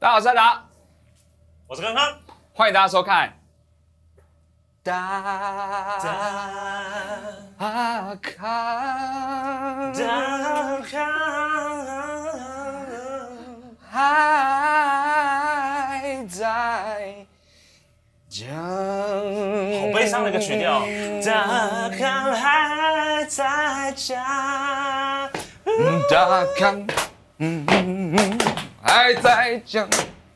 大家好，我是阿达， 我是康康， 欢迎大家收看。 大康还在讲， 好悲伤的一个曲调。大康还在讲， 大康还在讲，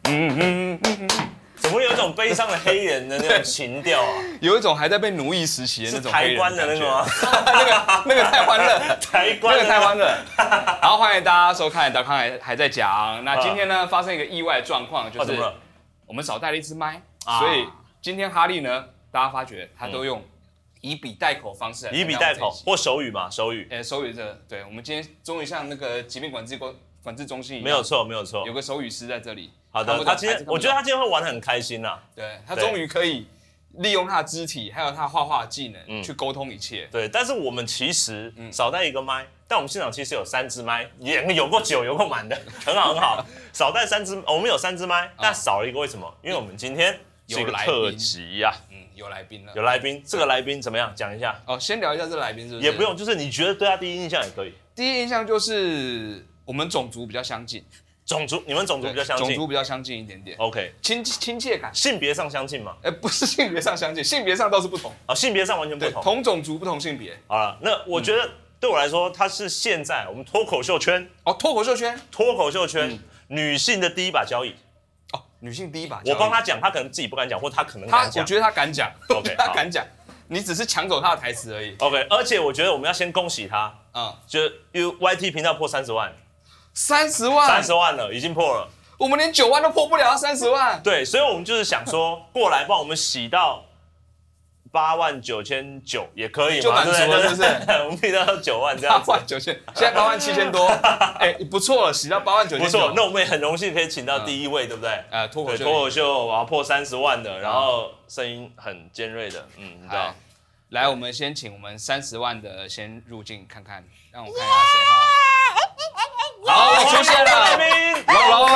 怎么会有一种悲伤的黑人的那种情调啊？ 有一种还在被奴役时期的那种台官的那个吗？ 那个太欢乐， 台官那个太欢乐。好，欢迎大家收看，达康还在讲。那今天呢，发生一个意外状况，就是我们少带了一支麦，所以今天哈利呢，大家发觉他都用以笔代口方式， 以笔代口或手语嘛，手语。 手语对，我们今天终于像那个疾病管制中心一样， 没有错，没有错， 有个手语师在这里。 好的，他今天，我觉得他今天会玩得很开心呐。 对，他终于可以利用他的肢体，还有他画画的技能去沟通一切。 对，但是我们其实少带一个麦，但我们现场其实有3支麦，也有够久，有够满的，很好很好。少带3支，我们有3支麦，但少了一个，为什么？因为我们今天是一个特辑呀。 有来宾了， 有来宾，这个来宾怎么样？讲一下。 先聊一下这个来宾是不是？ 也不用，就是你觉得对他第一印象也可以。 第一印象就是我们种族比较相近。 你们种族比较相近， 种族比较相近一点点。 OK， 亲切感。 性别上相近吗？ 不是性别上相近，性别上倒是不同。 性别上完全不同。 同种族不同性别。 好了，那我觉得对我来说，他是现在我们脱口秀圈女性的第一把交椅。 女性第一把交椅。 我帮他讲，他可能自己不敢讲，或他可能敢讲。 我觉得他敢讲。 OK， 他敢讲。你只是抢走他的台词而已。 OK， 而且我觉得我们要先恭喜他，就因为 YT 频道破30万 ，30万了，已经破了。 我们连9万都破不了，30万。 对，所以我们就是想说，过来帮我们洗到89900也可以嘛， 就满足了，是不是？ 我们频道到9万这样子 ，89000，现在87000多，不错了，洗到89000。 不错，那我们也很荣幸可以请到第一位，对不对？ 脱口秀，然后破30万的，然后声音很尖锐的，你知道。 来，我们先请我们30万的先入镜看看，让我看一下谁哈。好，出现了，龙龙。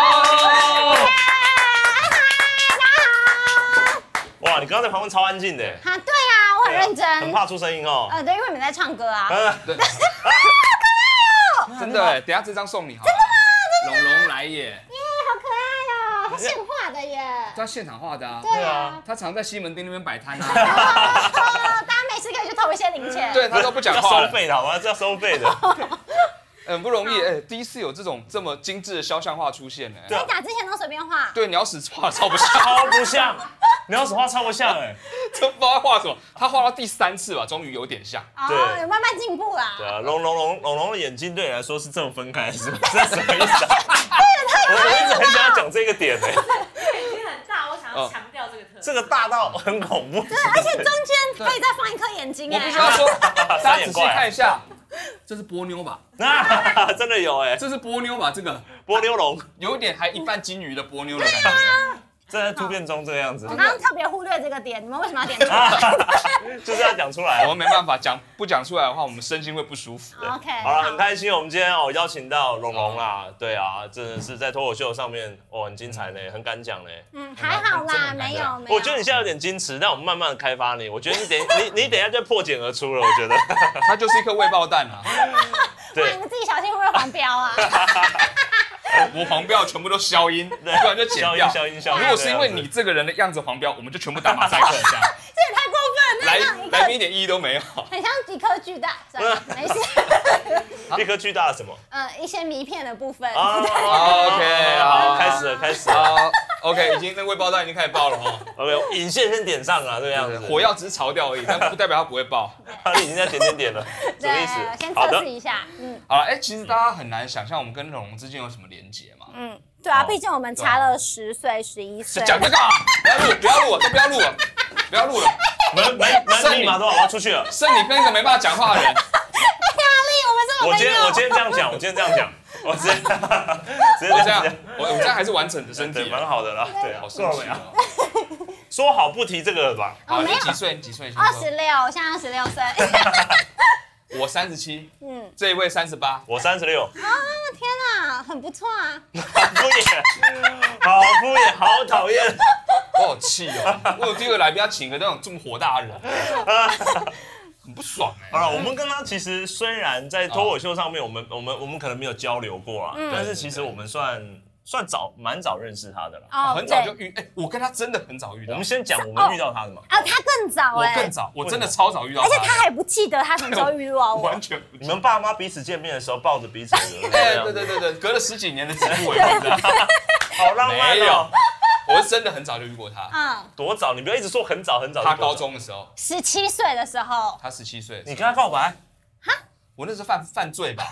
哇，你刚刚在旁边超安静的。 对啊，我很认真。 很怕出声音哦。 对，因为你们在唱歌啊。 对。真的，等下这张送你好了。真的吗？龙龙来耶。 好可爱哦，他现画的耶。 他现场画的啊。 对啊。 他常在西门町那边摆摊啊。 大家没事可以去投一些零钱。 对，他都不讲话。 收费的好吗？这要收费的。 很不容易，第一次有这种这么精致的肖像画出现呢。 真的假？之前都随便画。 对，鸟屎画超不像， 鸟屎画超不像真不知道画什么。他画到第3次吧，终于有点像。 有慢慢进步啦。 对啊，龙龙的眼睛对你来说是这么分开，是吗？这什么意思？我一直很想要讲这个点眼睛很大，我想要强调这个特色。 这个大到很恐怖。 对，而且中间可以再放一颗眼睛。 我必须要说，大家仔细看一下。这是波妞吧？ 真的有这是波妞吧？这个波妞龙， 有点还一半金鱼的波妞的感觉。 正在突变中这个样子。 我刚刚特别忽略这个点，你们为什么要点出来？就是要讲出来。 我们没办法不讲出来的话，我们身心会不舒服。 OK， 好了，很开心，我们今天邀请到龙龙啦。对啊，真的是在脱口秀上面很精彩呢，很敢讲呢。 还好啦，没有。 我觉得你现在有点矜持，但我们慢慢的开发你。我觉得你等一下就破茧而出了。我觉得他就是一颗未爆弹啊。 对，你们自己小心会不会黄标啊？ 我黄标全部都消音，不然就剪掉。 消音。 如果是因为你这个人的样子黄标，我们就全部打马赛克这样。 这也太过分了， 来宾一点意义都没有。 很像一颗巨大，没事。 一颗巨大的什么？ 一些迷片的部分。 OK， 好， 开始了。 好 ，OK， 已经那未爆弹已经开始爆了哈。 OK， 引线先点上了，这个样子。 火药只是潮掉而已，但不代表它不会爆。 它已经在点了，什么意思？ 先测试一下。 好了，其实大家很难想象我们跟龙龙之间有什么连结嘛。 对啊，毕竟我们差了10岁、11岁。 讲这个，不要录了，都不要录了，不要录了。 门密码多少？我要出去了。 剩你跟一个没办法讲话的人。 我今天这样讲，我直接这样， 我这样还是完整的身体， 蛮好的啦。对，好生气啊！ 说好不提这个吧。 好，你几岁 ？26，我现在26岁。 我37，这一位38， 我36。 天哪， 很不错啊。 好敷衍，好敷衍，好讨厌。 我好气哦！我有第二个来宾要请个那种这么火大的人，很不爽哎。 好了，我们跟他其实虽然在脱口秀上面，我们可能没有交流过啊，但是其实我们算蛮早认识他的了。 哦， 很早就遇，我跟他真的很早遇到。 我们先讲我们遇到他的嘛。 啊，他更早我更早，我真的超早遇到他， 而且他还不记得他什么时候遇到我， 完全不记得。 你们爸妈彼此见面的时候抱着彼此的， 对，隔了10几年的指腹为婚的， 好浪漫没有哦。 我是真的很早就遇过他， 多早？你不要一直说很早很早。 他高中的时候 ，17岁的时候， 他17岁， 你跟他告白？ 我那是犯罪吧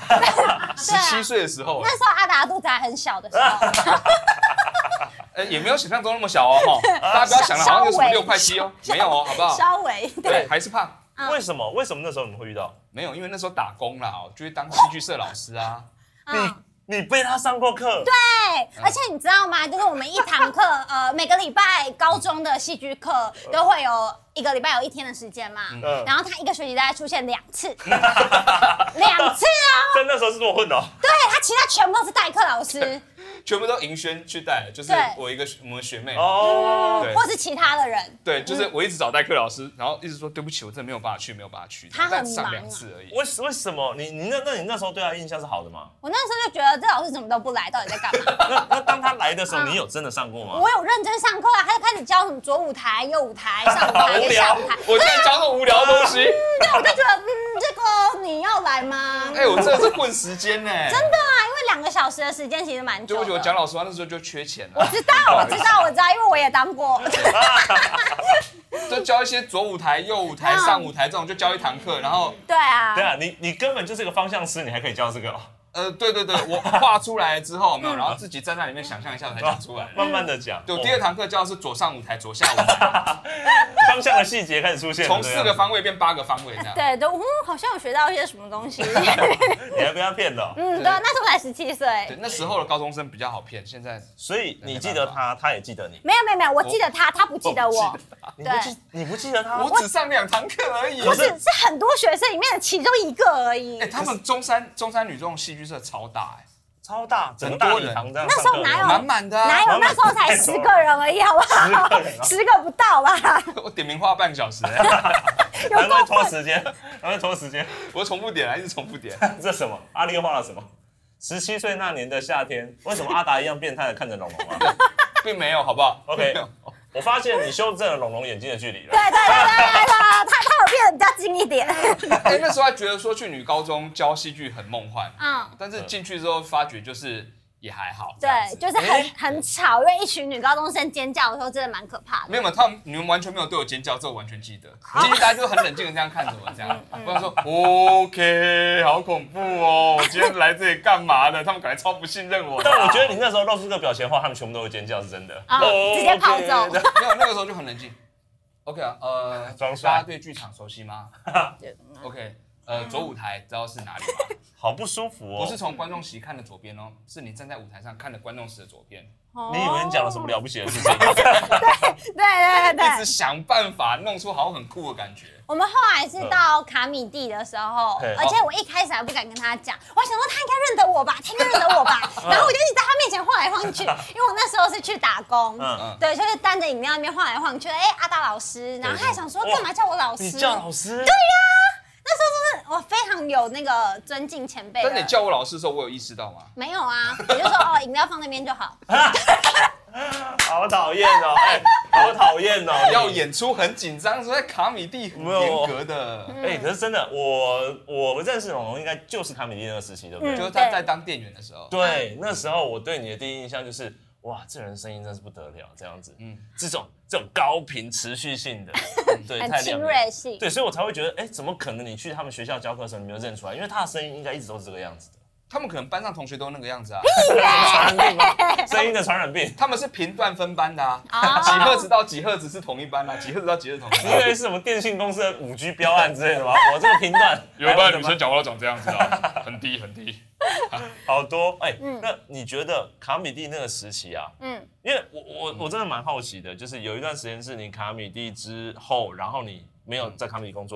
？17岁的时候， 那时候阿达肚子还很小的时候， 也没有想象中那么小哦，大家不要想了，好像有什么6块7哦，没有哦，好不好？ 稍微对，还是胖。 为什么那时候你们会遇到？ 没有，因为那时候打工啦，就去当戏剧社老师啊。 你被他上过课？ 对，而且你知道吗？就是我们一堂课，每个礼拜高中的戏剧课都会有1个礼拜有1天的时间嘛，然后他1个学期大概出现2次，2次啊！ 在那时候是这么混的。 对，他其他全部都是代课老师， 全部都银轩去带，就是我们学妹哦， 对， 或是其他的人。 对，就是我一直找代课老师，然后一直说对不起，我真的没有办法去。 他很忙啊， 但上2次而已。 为什么？你那时候对他印象是好的吗？ 我那时候就觉得这老师怎么都不来，到底在干嘛？ 那当他来的时候，你有真的上过吗？ 我有认真上课啊，他就开始教什么左舞台、右舞台、上舞台跟下舞台。 我竟然教这种无聊的东西。 对，我就觉得这个你要来吗？ 我真的是混时间呢。 真的啊，因为2个小时的时间其实蛮久的。 对不起，我讲老实话，那时候就缺钱了。 我知道，因为我也当过。 就教一些左舞台、右舞台、上舞台这种，就教1堂课，然后对啊， 你根本就是个方向师，你还可以教这个哦。 对，我画出来之后没有，然后自己站在里面想象一下才讲出来， 慢慢的讲。 对，第2堂课教的是左上舞台、左下舞台， 方向的细节开始出现， 从4个方位变8个方位这样。 对，就好像有学到一些什么东西。 你还被他骗的？ 对，那时候才17岁。 对，那时候的高中生比较好骗，现在。 所以你记得他，他也记得你。 没有，我记得他不记得我。 你不记得他？ 我只上2堂课而已。 我只是很多学生里面的其中1个而已。 他们中山女中戏剧社超大超大，整个大礼堂这样。 那时候哪有满满的？ 哪有？那时候才10个人而已，好不好？10个不到吧？ 我点名画半个小时， 难怪拖时间， 我重复点，一直重复点。 这什么？阿力画了什么？17岁那年的夏天，为什么阿达一样变态的看着龙龙啊？ 并没有，好不好 ？OK， 我发现你修正了龙龙眼睛的距离了。 对，他有变得比较近一点。 那时候还觉得说去女高中教戏剧很梦幻，但是进去之后发觉就是也还好。 对，就是很吵，因为一群女高中生尖叫的时候，真的蛮可怕的。 没有，你们完全没有对我尖叫，这我完全记得。进去大家就很冷静的这样看着我，这样，我想说 OK， 好恐怖哦，我今天来这里干嘛的？他们感觉超不信任我。 但我觉得你那时候露出这个表情的话，他们全部都会尖叫，是真的。 直接跑走。 没有，那个时候就很冷静。OK 啊，大家对剧场熟悉吗 ？OK， 左舞台知道是哪里吗？ 好不舒服哦！ 不是从观众席看的左边哦，是你站在舞台上看的观众席的左边。 你以为你讲了什么了不起的事情？ 对， 一直想办法弄出好像很酷的感觉。 我们后来是到卡米蒂的时候，而且我一开始还不敢跟他讲，我想说他应该认得我吧，然后我就一直在他面前晃来晃去，因为我那时候是去打工，对，就是担着饮料那边晃来晃去，阿达老师，然后他还想说干嘛叫我老师？ 你叫老师？ 对呀，那时候就是我非常有那个尊敬前辈。 但你叫我老师的时候，我有意识到吗？ 没有啊，我就说饮料放那边就好。 好讨厌哦，好讨厌哦！ 要演出很紧张，所以卡米蒂很严格的。 可是真的，我认识龙龙应该就是卡米蒂那个时期，对不对？ 就是他在当店员的时候。 对，那时候我对你的第一印象就是，哇，这人声音真是不得了，这样子，这种高频持续性的，对， 很清锐性， 对，所以我才会觉得，怎么可能你去他们学校教课的时候你没有认出来？因为他的声音应该一直都是这个样子的。 他们可能班上同学都那个样子啊， 传染病吗？声音的传染病。 他们是频段分班的啊，几赫兹到几赫兹是同一班啊，几赫兹到几赫兹同一班。 因为是什么电信公司的5G 标案之类的吗？我这个频段， 有一半女生讲话都长这样子啊，很低很低， 好多。那你觉得卡米蒂那个时期啊，因为我真的蛮好奇的，就是有一段时间是你卡米蒂之后，然后你没有在卡米蒂工作了嘛？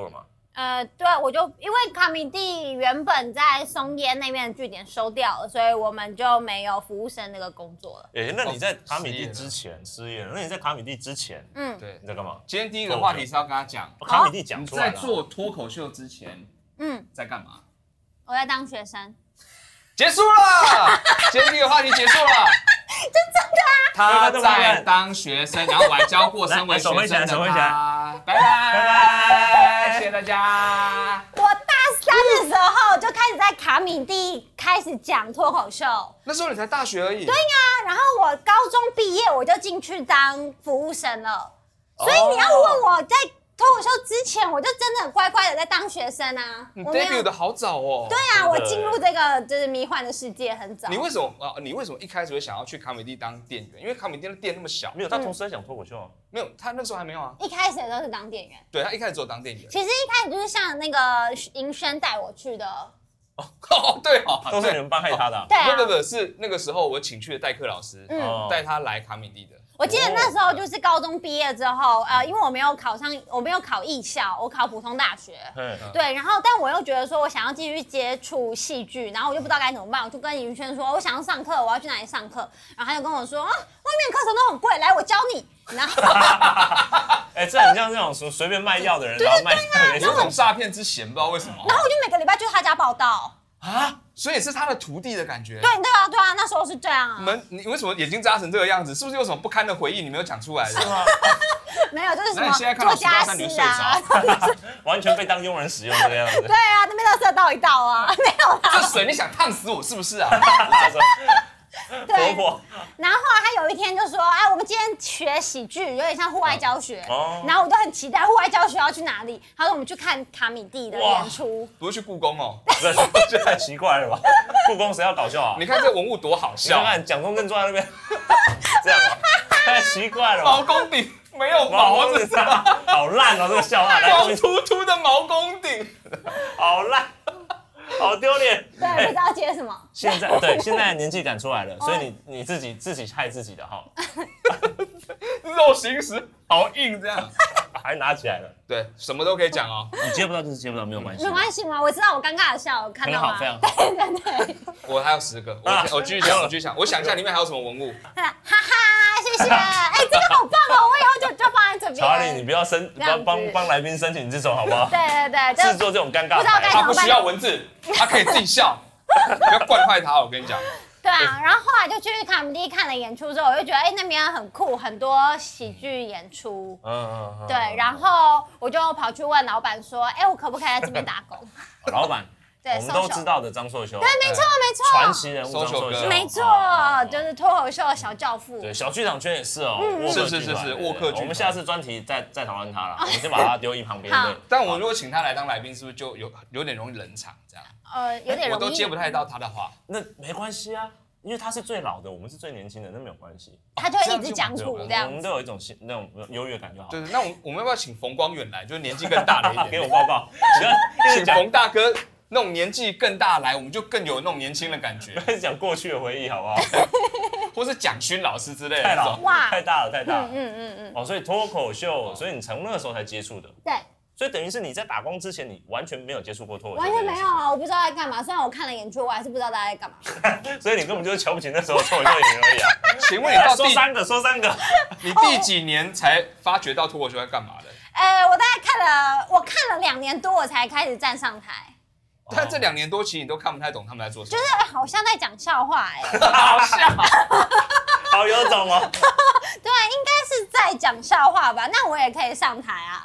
对，我就因为卡米蒂原本在松烟那边的据点收掉了，所以我们就没有服务生那个工作了。 那你在卡米蒂之前失业了？那你在卡米蒂之前， 对， 你在干嘛？ 今天第一个话题是要跟他讲， 卡米蒂讲出来了。 在做脱口秀之前，在干嘛？ 我在当学生。 结束了，今天第一个话题结束了。 真的啊！ 他在当学生，然后我还教过身为学生的他。拜拜，谢谢大家。 我大3的时候就开始在卡米蒂开始讲脱口秀。 那时候你才大学而已。 对呀，然后我高中毕业我就进去当服务生了。所以你要问我在脱口秀之前，我就真的乖乖的在当学生啊。 你 debut 的好早哦。 对啊，我进入这个就是迷幻的世界很早。 你为什么一开始会想要去卡米蒂当店员？因为卡米蒂的店那么小。 没有，他同时在讲脱口秀啊。 没有，他那时候还没有啊。 一开始都是当店员。 对，他一开始只有当店员。 其实一开始就是像那个银轩带我去的。 对都是你们帮害他的。 对啊。 不，是那个时候我请去的代课老师，带他来卡米蒂的。 我记得那时候就是高中毕业之后，因为我没有考艺校，我考普通大学，对，然后但我又觉得说我想要继续接触戏剧，然后我就不知道该怎么办，我就跟云轩说，我想要上课，我要去哪里上课，然后他就跟我说，外面课程都很贵，来我教你，然后， 这很像那种随便卖药的人，然后卖， 有种诈骗之嫌，不知道为什么， 然后我就每个礼拜去他家报道。 所以是他的徒弟的感觉。 对啊，那时候是这样啊。 你为什么眼睛扎成这个样子？是不是有什么不堪的回忆你没有讲出来的？ 是吗？ 没有，就是什么做家事啊， 完全被当佣人使用这个样子。 对啊，那边垃圾倒一倒啊，没有啦。 这水你想烫死我是不是啊？ 对，然后后来他有一天就说：“我们今天学喜剧，有点像户外教学。”然后我都很期待户外教学要去哪里。他说：“我们去看卡米蒂的演出。” 不是去故宫哦， 这太奇怪了吧？故宫谁要搞笑啊？ 你看这文物多好笑！ 你看蒋中正坐在那边，这样啊，太奇怪了。 毛公鼎没有毛子， 好烂哦！这个笑话， 光秃秃的毛公鼎， 好烂。好丢脸， 对，不知道接什么。 现在年纪感出来了，所以你自己害自己的哈。 肉形石好硬，这样还拿起来了。 对，什么都可以讲哦。 你接不到就是接不到，没有关系。 没关系吗？我知道我尴尬的笑，看到吗？ 很好，非常好。 对。 我还有10个，我继续想，我想一下里面还有什么文物。 哈哈，谢谢。这个好棒哦，我以后就放在这边。 查理，你不要帮来宾申请这种好不好？ 对， 制作这种尴尬。 不知道该怎么办。 他不需要文字，他可以自己笑，不要惯坏他。我跟你讲。 对啊，然后后来就去卡米蒂看了演出之后，我就觉得那边很酷，很多喜剧演出。对，然后我就跑去问老板说：“我可不可以在这边打工？” 老板。 对， 我们都知道的张硕修， 对，没错， 传奇人物张硕修， 没错，就是脱口秀小教父。 对，小剧场圈也是哦， 是沃克剧团。 我们下次专题再讨论他了，我们先把他丢一旁边。对， 但我如果请他来当来宾，是不是就有点容易冷场这样？ 有点容易， 我都接不太到他的话。 那没关系啊，因为他是最老的，我们是最年轻的，那没有关系。 他就一直讲苦这样， 我们都有一种那种优越感就好。 对，那我们要不要请冯光远来？就是年纪更大的一点， 给我报告。 请冯大哥。那种年纪更大来，我们就更有那种年轻的感觉。 开始讲过去的回忆，好不好？ 或是蒋勋老师之类的。 太老， 哇， 太大了。所以脱口秀，所以你从那个时候才接触的。 对。 所以等于是你在打工之前，你完全没有接触过脱口秀。 完全没有啊，我不知道在干嘛。虽然我看了演出，我还是不知道大家在干嘛。 所以你根本就是瞧不起那时候脱口秀演员而已啊。 请问你到说三个， 你第几年才发觉到脱口秀在干嘛的？ 我大概看了2年多，我才开始站上台。 但这2年多期你都看不太懂他们在做什么， 就是好像在讲笑话好像， 好有种哦。 对，应该是在讲笑话吧？那我也可以上台啊。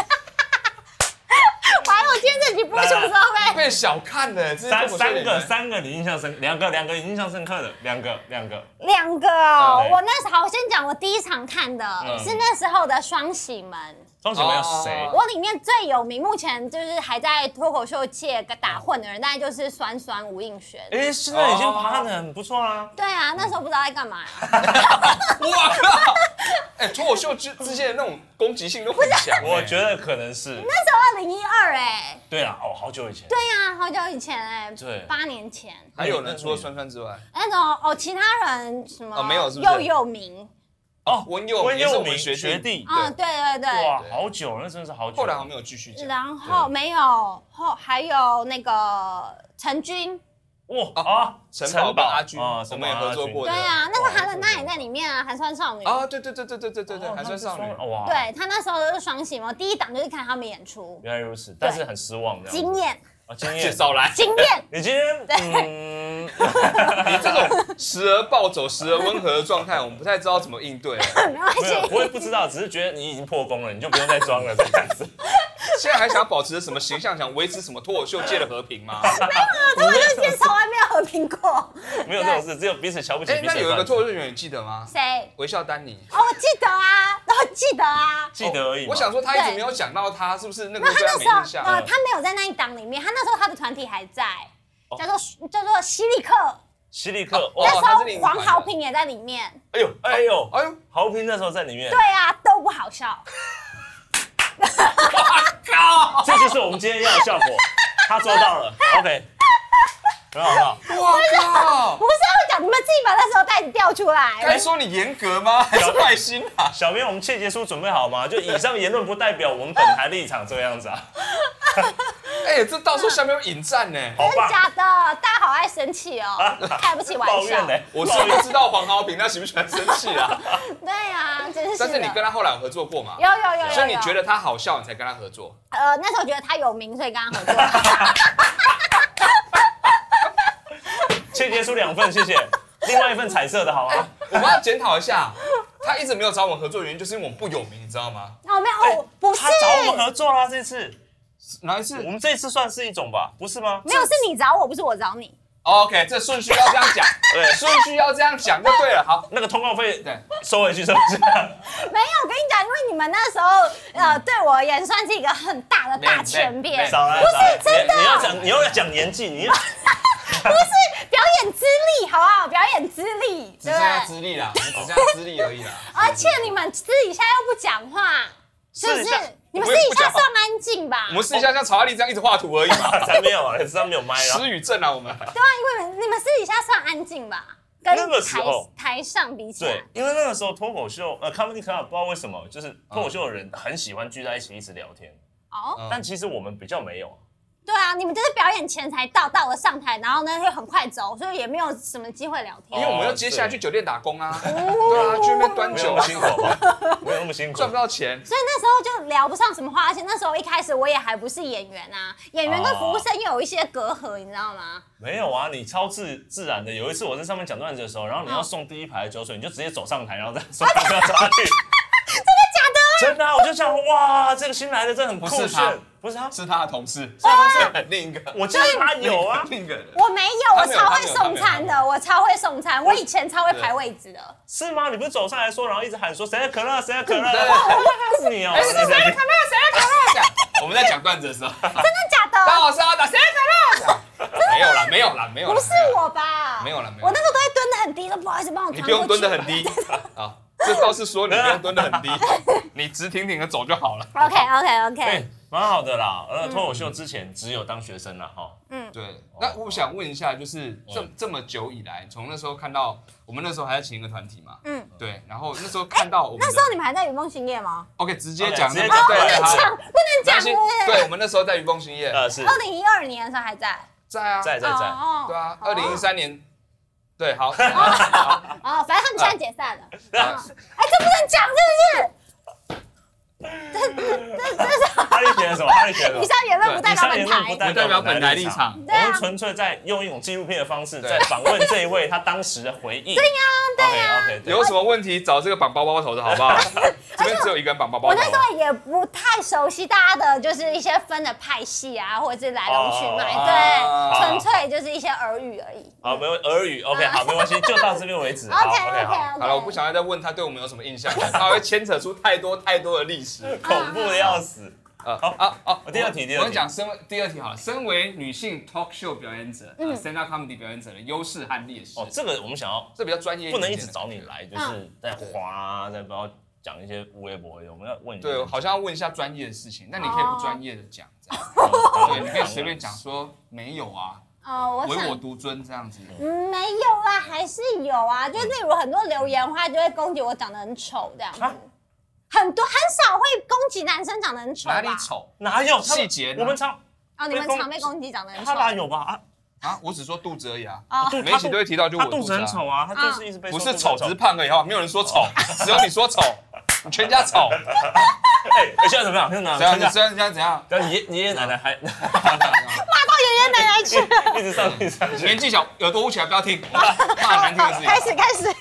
完了，我今天这集播出之后被小看了。 三个你印象深，两个印象深刻的，两个哦。我那时候先讲我第一场看的是那时候的双喜门。 双喜门有谁？ 我里面最有名，目前就是还在脱口秀界打混的人，大概就是酸吴映璇。 现在已经爬得很不错啦。 对啊，那时候不知道在干嘛。 哇靠！脱口秀之间的那种攻击性都很强。 我觉得可能是那时候2012 对啊，好久以前。 对啊，好久以前对 ，8年前。 还有呢，除了酸之外， 那种其他人什么？ 没有是不是？ 又有名。 温佑明也是我们学弟。 对对对。 哇，好久了，那真的是好久。 后来好像没有继续讲。 然后没有还有那个陈军。 陈宝跟阿军，我们也合作过的。 对啊，那个韩冷娜也在里面啊，寒酸少女。 对，寒酸少女。 哇， 对他那时候都是双喜嘛，第一档就是看他们演出。 原来如此，但是很失望。 惊艳。 经验少来， 经验。 你今天， 你这种时而暴走、时而温和的状态，我们不太知道怎么应对。 没关系， 我也不知道，只是觉得你已经破功了，你就不用再装了这样子。 现在还想保持什么形象？想维持什么脱口秀界的和平吗？ 没有啊，脱口秀界从来没有和平过。 没有这种事，只有彼此瞧不起彼此。 那有一个脱口秀演员，你记得吗？ 谁？ 微笑丹尼。 我记得啊，我记得啊， 记得而已。 我想说，他一直没有讲到他，是不是那个对他没印象？ 他没有在那一档里面，他那时候他的团体还在，叫做犀利克。 犀利克， 那时候黄豪平也在里面。 哎呦，豪平那时候在里面。 对啊，都不好笑。 这就是我们今天要的效果，他做到了 ，OK， 很好。 哇靠！ 不是要讲，你们自己把那时候袋子调出来。 该说你严格吗？还是坏心啊？ 小编，我们切结书准备好吗？就以上言论不代表我们本台立场，这个样子啊。 这到时候下面有引战呢。 真的假的？大家好爱生气哦，开不起玩笑。 我是不知道黄豪平他喜不喜欢生气啊？ 对啊，真是。 但是你跟他后来有合作过吗？ 有。 所以你觉得他好笑，你才跟他合作？ 那时候觉得他有名，所以跟他合作。 切结书2份，谢谢。另外1份彩色的好吗？ 我们要检讨一下，他一直没有找我们合作的原因，就是因为我们不有名，你知道吗？ 没有，不是。 他找我们合作啦，这次。 哪一次？ 我们这一次算是一种吧，不是吗？ 没有，是你找我，不是我找你。 OK， 这顺序要这样讲，对，顺序要这样讲就对了。好， 那个通告费对收回去。没有， 我跟你讲，因为你们那时候对我而言算是一个很大的大前辈， 少来， 不是真的。 你又要讲年纪，你不是表演资历，好不好？表演资历， 只剩下资历啦，只剩下资历而已啦。 而且你们私底下又不讲话，是不是？你们私底下算安静吧？ 我们私底下像曹阿丽这样一直画图而已嘛， 才没有啊，身上没有麦啊。 失语症啊，我们。 对啊，因为你们私底下算安静吧？跟那个时候台上比起来， 对，因为那个时候脱口秀Comedy Club 不知道为什么，就是脱口秀的人很喜欢聚在一起一直聊天。但其实我们比较没有。 对啊，你们就是表演前才到了上台，然后呢又很快走，所以也没有什么机会聊天。 因为我们要接下来去酒店打工啊，对啊，去那边端酒， 辛苦吧？没有那么辛苦， 赚不到钱， 所以那时候就聊不上什么话。而且那时候一开始我也还不是演员啊，演员跟服务生又有一些隔阂，你知道吗？ 没有啊，你超自然的。有一次我在上面讲段子的时候，然后你要送第一排的酒水，你就直接走上台，然后再送到下去。 真的假的？ 真的啊，我就想哇，这个新来的真的很酷炫。不是他， 是他的同事，另一个。 我记得他有啊， 另一个人。 我没有，我超会送餐的，我超会送餐，我以前超会排位置的。 是吗？你不是走上来说，然后一直喊说谁的可乐，谁的可乐？是你哦， 谁的可乐，谁的可乐？我们在讲段子的时候，真的假的？ 大家好，是阿达，谁的可乐？没有啦。 不是我吧？ 没有。 我那时候都会蹲得很低，说不好意思，帮我传过去。 你不用蹲得很低啊，这倒是说你不用蹲得很低，你直挺挺的走就好了。 OK。 蛮好的啦，脱口秀之前只有当学生啦，哈。 对。那我想问一下，就是这么久以来，从那时候看到我们那时候还在请一个团体嘛，对。然然后那时候看到我们， 那时候你们还在云梦兴业吗 ？OK， 直接讲， 不能讲，不能讲。 对，我们那时候在云梦兴业， 是 2012年的时候还在。 在啊， 在。 对啊，2013年。对，好。 反正他们现在解散了。这不能讲，是不是？这是哈利学什么？ 以上言论不代表本台， 不代表本台立场。 我们纯粹在用一种纪录片的方式，在访问这一位他当时的回忆。 对呀。 OK， 有什么问题找这个绑包包头的好不好？这边只有一个人绑包包头。 我那时候也不太熟悉大家的就是一些分的派系啊，或者是来龙去脉，对，纯粹就是一些耳语而已。 好，没有耳语 ，OK， 好，没关系，就到这边为止。 OK， 好了，我不想再问他对我们有什么印象，他会牵扯出太多的历史。 恐怖的要死。第二题， 我跟你讲，第二题好了，身为女性 talk show 表演者，stand up comedy 表演者的优势和劣势。 这个我们想要， 这比较专业， 不能一直找你来，就是在在不知道讲一些无微博的，我们要问你。 对，好像要问一下专业的事情，那你可以不专业的讲，对，你可以随便讲说没有啊。 唯我独尊这样子。 没有啦，还是有啊。就例如很多留言的话，就会攻击我长得很丑这样子。很少会攻击男生长得很丑吧？ 哪里丑？ 哪有细节？ 我们常你们常被攻击长得很丑。 他哪有吧？ 我只说肚子而已啊。 每一期都会提到就我肚子很丑啊，他就是一直被不是丑，只是胖而已哈，没有人说丑，只有你说丑，你全家丑。 现在怎么样？现在怎样？ 爷爷奶奶还骂到爷爷奶奶去， 一直上去。 年纪小，耳朵捂起来，不要听，骂难听的事情。 开始。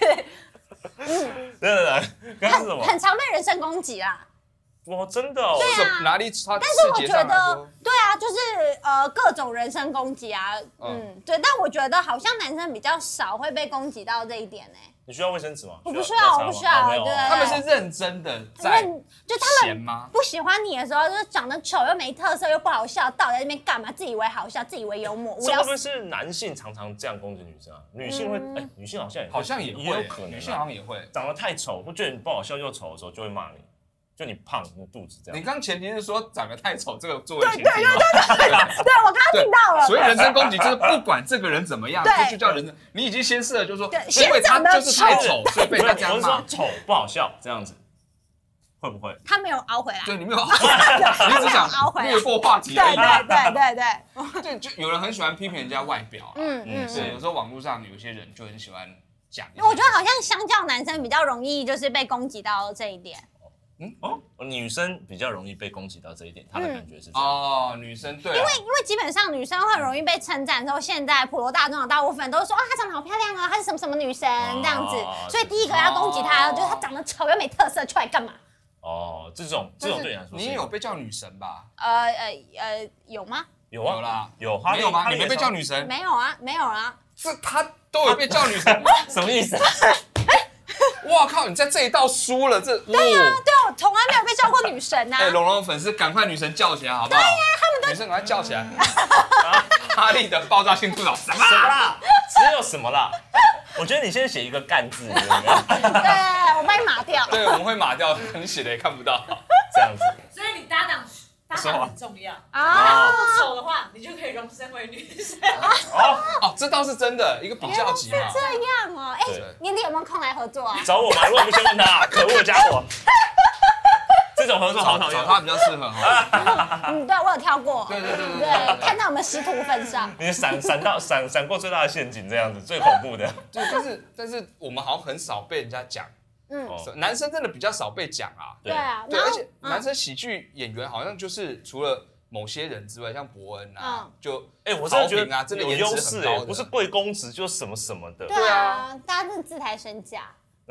对，刚刚是什么？ 很常被人身攻击啦。 哇，真的哦。 对啊。 哪里？ 但是我觉得，对啊，就是各种人身攻击啊，对。但我觉得好像男生比较少会被攻击到这一点呢。 你需要卫生纸吗？ 我不需要。对， 他们是认真的在就他们不喜欢你的时候，就是长得丑又没特色又不好笑，到底在那边干嘛？自以为好笑，自以为幽默，无聊。 会不会是男性常常这样攻击女生啊？女性会，女性好像也有可能， 女性好像也会长得太丑，或觉得你不好笑又丑的时候，就会骂你。就你胖，你的肚子这样。 你刚前提是说长得太丑，这个作为前提。 对，我刚刚听到了。 所以人身攻击就是不管这个人怎么样，这就叫人身。你已经先设了，就是说，因为他就是太丑，所以被他这样骂。 丑不好笑这样子，会不会？ 他没有凹回来。 对，你没有凹回来，你只想略过话题而已。对，就有人很喜欢批评人家外表。是有时候网络上有些人就很喜欢讲。 我觉得好像相较男生比较容易就是被攻击到这一点。 女生比较容易被攻击到这一点，她的感觉是这样。 女生对， 因为基本上女生会容易被称赞之后，现在普罗大众的大部分都是说她长得好漂亮啊，她是什么什么女神这样子，所以第一个要攻击她，就是她长得丑又没特色，出来干嘛？ 这种对你来说， 你也有被叫女神吧？ 有吗？ 有啊， 啦， 有没有吗？你没被叫女神？ 没有啊， 是她都有被叫女神， 什么意思？ 哇靠！你在这一道输了，这对啊，我从来没有被叫过女神呐。 龙龙粉丝赶快女神叫起来好不好？ 对呀，他们女生赶快叫起来。哈利的爆炸性吐槽什么啦？只有什么啦？我觉得你先写一个干字，对， 我帮你码掉。 对，我们会码掉，你写的也看不到， 这样子。 所以你搭档很重要啊！ 如果丑的话，你就可以荣升为女神。 这倒是真的，一个比较级嘛。 是这样哦，年底有没有空来合作啊？ 找我嘛，如果不先问他，可恶的家伙。这种合作好讨厌， 他比较适合哈。 对，我有跳过。 对， 看在我们师徒份上。 你闪过最大的陷阱，这样子最恐怖的。 对，但是我们好像很少被人家讲。男生真的比较少被讲啊。 对啊， 对，而且男生喜剧演员好像就是除了某些人之外，像伯恩啊， 我真的觉得真的有优势哎，不是贵公子就什么什么的。 对啊，大家真的自抬身价。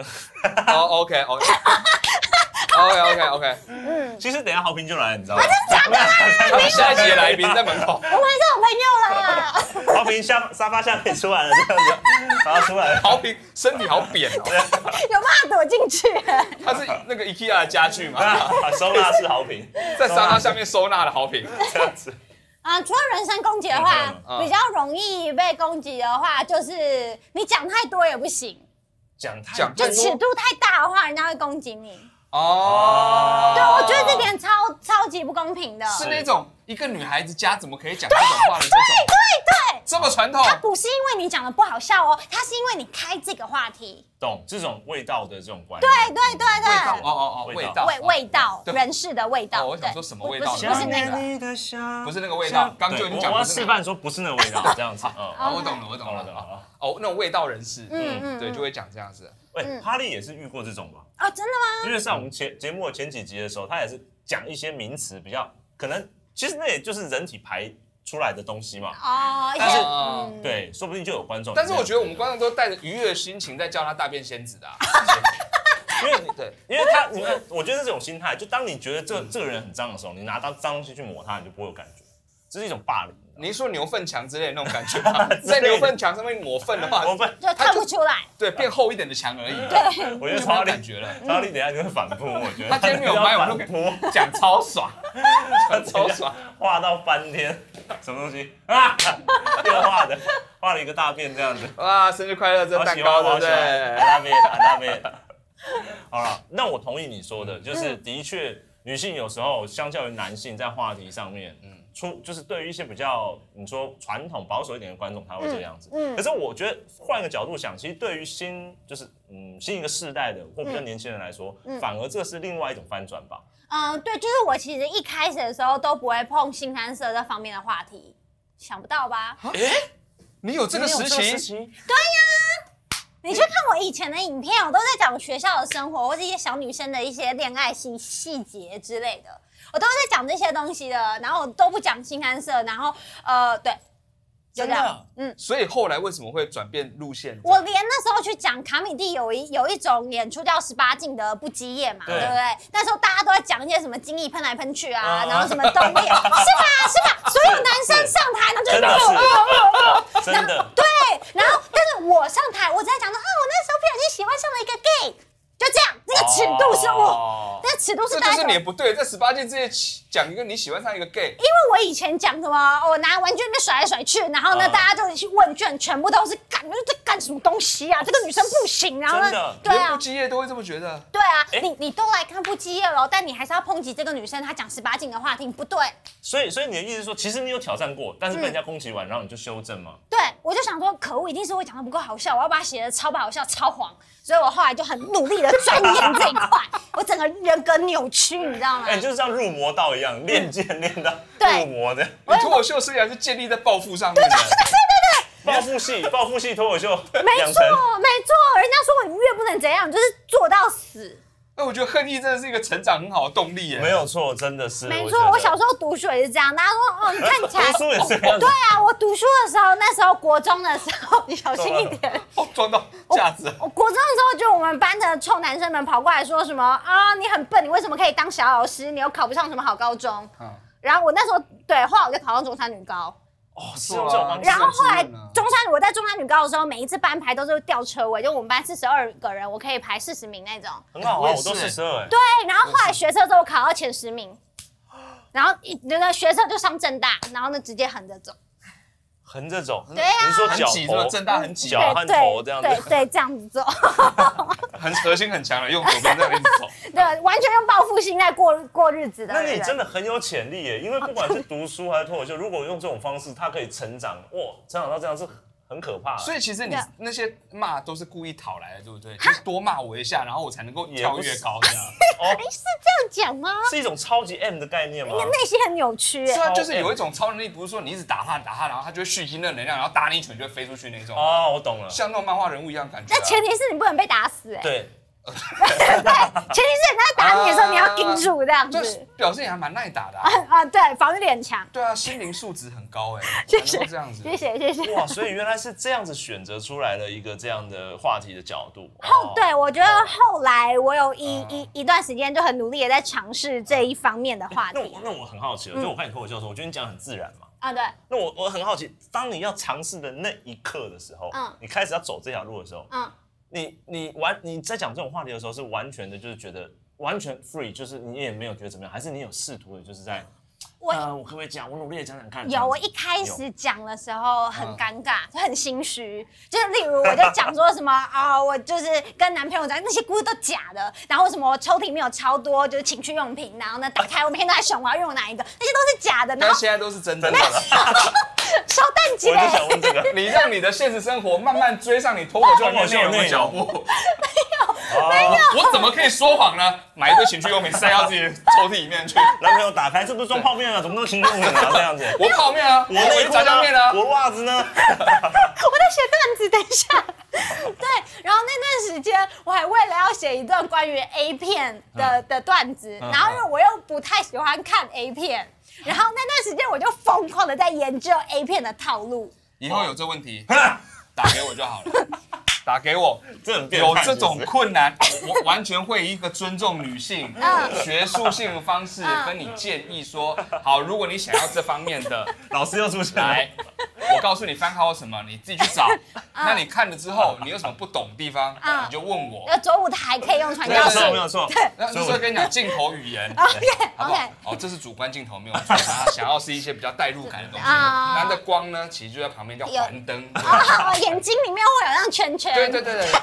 OK。 其实等一下豪平就来了，你知道吗？ 真的假的？ 下一集的来宾在门口。 我们还是好朋友啦。 豪平沙发下面出来了，这样子，把他出来了。 豪平身体好扁哦， 有办法躲进去。 他是那个 IKEA 的家具嘛， 收纳式豪平， 在沙发下面收纳的豪平， 这样子。 除了人身攻击的话，比较容易被攻击的话，就是你讲太多也不行。 讲太多， 就尺度太大的话，人家会攻击你。对， 我觉得这点超级不公平的。 是那种一个女孩子家怎么可以讲这种话的这种？ 对， 这么传统。 它不是因为你讲的不好笑哦，它是因为你开这个话题。 懂这种味道的这种关系。 对。 味道，人事的味道。 我想说什么味道？ 不是那个， 不是那个味道。刚就已经讲， 我要示范说不是那个味道，这样子。 我懂了。那种味道人士，对，就会讲这样子。 哈利也是遇过这种吧？ 真的吗？ 因为上我们节目的前几集的时候，他也是讲一些名词比较可能，其实那也就是人体排出来的东西嘛。但是对，说不定就有观众。 但是我觉得我们观众都带着愉悦的心情在叫他大便仙子的。 因为我觉得是这种心态，就当你觉得这个人很脏的时候，你拿脏东西去抹他，你就不会有感觉，这是一种霸凌。 你说牛粪墙之类的那种感觉吗？在牛粪墙上面抹粪的话， 就看不出来。 对，变厚一点的墙而已。 对， 我觉得超感觉了。超力等一下就会反扑，我觉得。 他今天没有拍，我就讲超爽，超爽， 画到翻天，什么东西又画了一个大便这样子。 哇，生日快乐！这蛋糕对不对？ 那边。好了，那我同意你说的，就是的确，女性有时候相较于男性在话题上面， 就是对于一些比较你说传统保守一点的观众，他会这样子。可是我觉得换一个角度想，其实对于新一个世代的或比较年轻人来说，反而这是另外一种翻转吧。 对，就是我其实一开始的时候都不会碰新三色这方面的话题，想不到吧？ 你有这个时期？ 对呀，你去看我以前的影片，我都在讲学校的生活或者一些小女生的一些恋爱细节之类的，我都在讲这些东西的，然后我都不讲新三色，然后对。就这样， 所以后来为什么会转变路线？ 我连那时候去讲卡米蒂有一种演出叫18禁的不羁夜嘛，对不对？那时候大家都在讲一些什么精液喷来喷去啊，然后什么动力，是吧？所有男生上台，然后就真的， 对，然后但是我上台，我只在讲说，我那时候不小心喜欢上了一个 gay。就这样，这个尺度是我，那尺度是这就是你不对，在18禁之前讲一个你喜欢上一个 gay， 因为我以前讲什么，我拿玩具被甩来甩去，然后呢，大家就去问卷，全部都是干，这干什么东西啊？这个女生不行，然后呢， 对啊，不羁夜都会这么觉得。 对啊，你都来看不羁夜了，但你还是要抨击这个女生，她讲18禁的话题不对。所以你的意思是说，其实你有挑战过，但是被人家攻击完，然后你就修正吗？ 对，我就想说，可恶，一定是我讲的不够好笑，我要把它写的超不好笑、超黄。所以我后来就很努力的钻研这一块，我整个人格扭曲，你知道吗？ 就是像入魔道一样，练剑练到入魔的。 你脱口秀生涯是建立在报复上面的。 对， 报复系脱口秀。 没错，人家说我越不能怎样，就是做到死。 我觉得恨意真的是一个成长很好的动力耶。 没有错，真的是。 没错，我小时候读书也是这样，大家说你看起来读书也是这样。 对啊，我读书的时候，那时候国中的时候，你小心一点。 撞到架子。 我国中的时候，就我们班的臭男生们跑过来说什么啊，你很笨，你为什么可以当小老师？你又考不上什么好高中。然后我那时候后来我就考上中山女高。 是这种方式。 然后后来我在中山女高的时候，每一次班排都是吊车尾，就我们班42个人，我可以排40名那种。 很好啊，我都42。 对，然后后来学测之后考到前10名，然后那个学测就上政大，然后呢直接横着走。 横着走， 对啊， 你说脚头正大很挤， 脚和头这样子， 对，这样子走， 很核心很强的，用左边这样子走， 对，完全用报复心在过日子的。 那你真的很有潜力耶，因为不管是读书还是脱口秀，如果用这种方式，他可以成长，成长到这样是很可怕。 所以其实你那些骂都是故意讨来的，对不对？就是多骂我一下，然后我才能够跳越高这样。 是这样讲吗？ 是一种超级 M 的概念吗？ 你的内心很扭曲。 是啊，就是有一种超能力，不是说你一直打他，然后他就会蓄积那能量，然后打你一拳就会飞出去那种。 我懂了， 像那种漫画人物一样感觉。 那前提是你不能被打死， 对。 对，前提是人家打你的时候你要盯住这样子， 表示你还蛮耐打的对，防御力很强。 对啊，心灵素质很高谢谢这样子， 谢谢。 哇，所以原来是这样子选择出来的一个这样的话题的角度。 对，我觉得后来我有一段时间就很努力的在尝试这一方面的话题。 那我很好奇了，就我看你脱口秀的时候，我觉得你讲很自然嘛。 对。 那我很好奇，当你要尝试的那一刻的时候，你开始要走这条路的时候，你在讲这种话题的时候，是完全的，就是觉得完全 free， 就是你也没有觉得怎么样，还是你有试图的，就是在我可不可以讲？我努力的讲讲看。 有，我一开始讲的时候很尴尬，就很心虚。就是例如，我就讲说什么我就是跟男朋友讲那些故事都假的，然后什么我抽屉里面有超多就是情趣用品，然后呢打开我每天都在想我要用哪一个，那些都是假的。 但现在都是真的。 烧蛋姐， 我就想问这个， 你让你的现实生活慢慢追上你脱口秀内容的脚步。 没有， 我怎么可以说谎呢？买一堆情趣用品塞到自己的抽屉里面去。 男朋友打开，这不是装泡面啊？怎么都是情趣用品啊？这样子。 我泡面啊，我炸酱面啊， 我袜子呢？ 我在写段子，等一下。对，然后那段时间我还为了要写一段关于 A 片的段子，然后因为我又不太喜欢看 A 片。然后那段时间我就疯狂的在研究 A 片的套路。 以后有这问题，打给我就好了。打给我，有这种困难，我完全会以一个尊重女性、学术性的方式跟你建议说，好，如果你想要这方面的， 老师又出现了。 来，我告诉你参考什么，你自己去找。那你看了之后，你有什么不懂的地方，你就问我。 左舞台可以用传教士， 没有错。 对， 那时候跟你讲镜头语言 ，OK， 这是主观镜头没有错，想要是一些比较代入感的东西。那的光呢，其实就在旁边叫环灯。 眼睛里面会有那圈圈。 对，就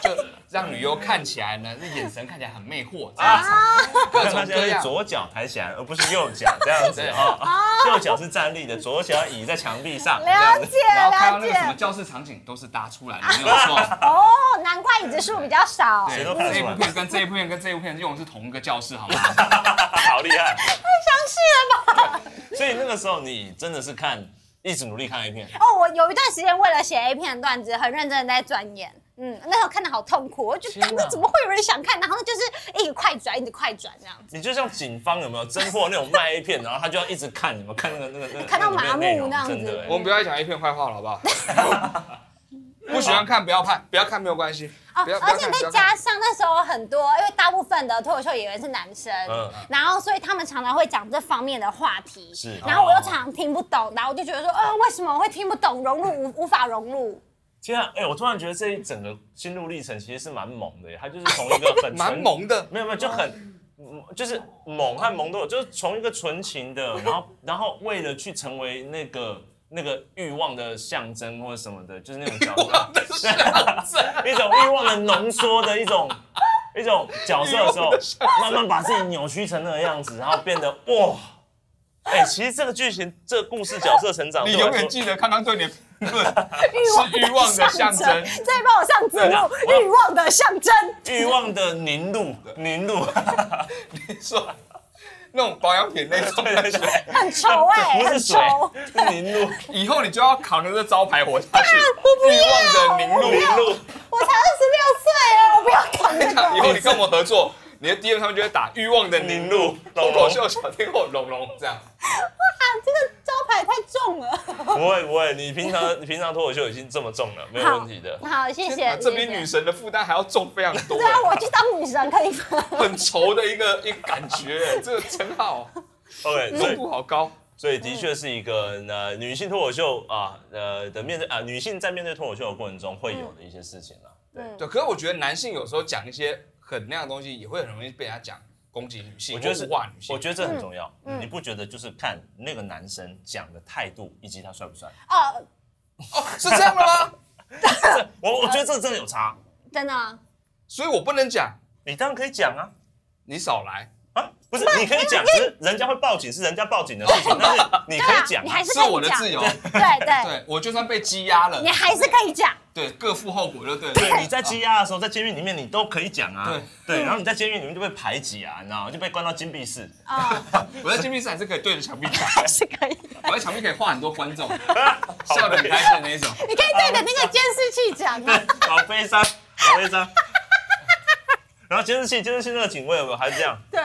让女优看起来呢，那眼神看起来很魅惑啊，各种各样。 左脚抬起来，而不是右脚这样子啊。右脚是站立的，左脚倚在墙壁上。 了解， 然后看到那个什么教室场景都是搭出来的，没有错。 哦，难怪椅子数比较少。 谁都看得出来。 这部片跟这一部片跟这一部片用的是同一个教室，好吗？ 好厉害， 太详细了吧？ 所以那个时候你真的是一直努力看 A 片。 哦，我有一段时间为了写 A 片的段子，很认真的在钻研。那时候看得好痛苦，我就觉得那怎么会有人想看？然后就是一直快转这样子。 你就像警方有没有侦破那种卖 A 片，然后他就要一直看，有没有看那个看到麻木那样子。 我们不要讲 A 片坏话了，好不好？不喜欢看不要看，不要看没有关系。 而且再加上那时候很多，因为大部分的脱口秀演员是男生，然后所以他们常常会讲这方面的话题，然后我又常常听不懂，然后我就觉得说，为什么我会听不懂，无法融入。 天啊，我突然觉得这一整个心路历程其实是蛮猛的耶，他就是从一个很蛮猛的， 没有就就是猛和萌都有，就是从一个纯情的，然后为了去成为那个欲望的象征或者什么的，就是那种角色，一种欲望的浓缩的一种角色的时候，慢慢把自己扭曲成那个样子，然后变得哇，其实这个剧情，这个故事角色成长， 你永远记得康康对你的评论是欲望的象征， 再帮我上字幕，欲望的象征， 欲望的凝露，你说。那种保养品那种， 很稠不是水，是凝露。 以后你就要扛着这招牌活下去。欲望的凝露， 我才26岁啊，我不要扛这个。 以后你跟我们合作，你的 DM 上面就会打欲望的凝露，脱口秀小天后龙这样。 哇，这个招牌太重了。 不会，你平常脱口秀已经这么重了，没有问题的。 好，谢谢。 这比女神的负担还要重非常多。 对啊，我去当女神可以吗？ 很稠的一个感觉，这个称号 ，OK， 浓度好高。 所以的确是一个女性脱口秀的面对女性在面对脱口秀的过程中会有的一些事情啦。 对，可是我觉得男性有时候讲一些很那样的东西，也会很容易被人家讲攻击女性， 我觉得是物化女性。 我觉得这很重要，你不觉得就是看那个男生讲的态度以及他帅不帅？ 是这样的吗？ 我觉得这真的有差， 真的啊。 所以我不能讲， 你当然可以讲啊， 你少来啊，不是你可以讲，只是人家会报警，是人家报警的事情，但是你可以讲， 你还是可以讲， 是我的自由， 对， 我就算被羁押了， 你还是可以讲。 对，各负后果就对了。 对，你在羁押的时候，在监狱里面你都可以讲啊。对，然后你在监狱里面就被排挤啊，你知道吗？就被关到禁闭室。 我在禁闭室还是可以对着墙壁讲， 还是可以。 我在墙壁可以画很多观众，笑得很开心的那一种。 你可以对着那个监视器讲啊。 好悲伤，好悲伤。然后监视器那个警卫有没有还是这样？ 对。